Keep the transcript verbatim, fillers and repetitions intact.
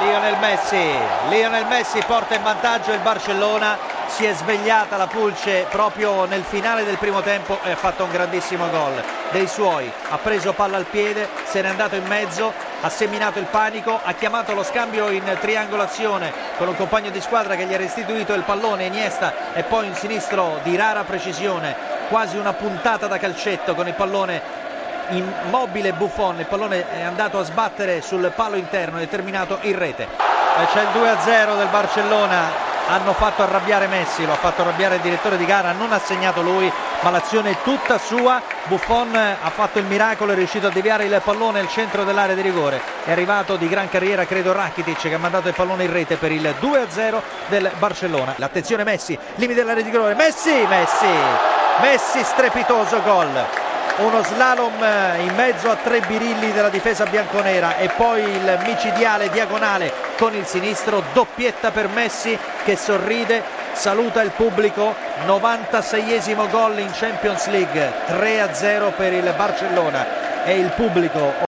Lionel Messi, Lionel Messi porta in vantaggio il Barcellona, si è svegliata la pulce proprio nel finale del primo tempo e ha fatto un grandissimo gol dei suoi, ha preso palla al piede, se n'è andato in mezzo, ha seminato il panico, ha chiamato lo scambio in triangolazione con un compagno di squadra che gli ha restituito il pallone, Iniesta, e poi un sinistro di rara precisione, quasi una puntata da calcetto con il pallone immobile Buffon, il pallone è andato a sbattere sul palo interno e terminato in rete. E c'è il due a zero del Barcellona, hanno fatto arrabbiare Messi, lo ha fatto arrabbiare il direttore di gara, non ha segnato lui ma l'azione è tutta sua. Buffon ha fatto il miracolo, è riuscito a deviare il pallone al centro dell'area di rigore, è arrivato di gran carriera credo Rakitic che ha mandato il pallone in rete per il due a zero del Barcellona. L'attenzione Messi, limite dell'area di rigore, Messi, Messi, Messi strepitoso gol. Uno slalom in mezzo a tre birilli della difesa bianconera e poi il micidiale diagonale con il sinistro, doppietta per Messi che sorride, saluta il pubblico, novantaseiesimo gol in Champions League, tre a zero per il Barcellona e il pubblico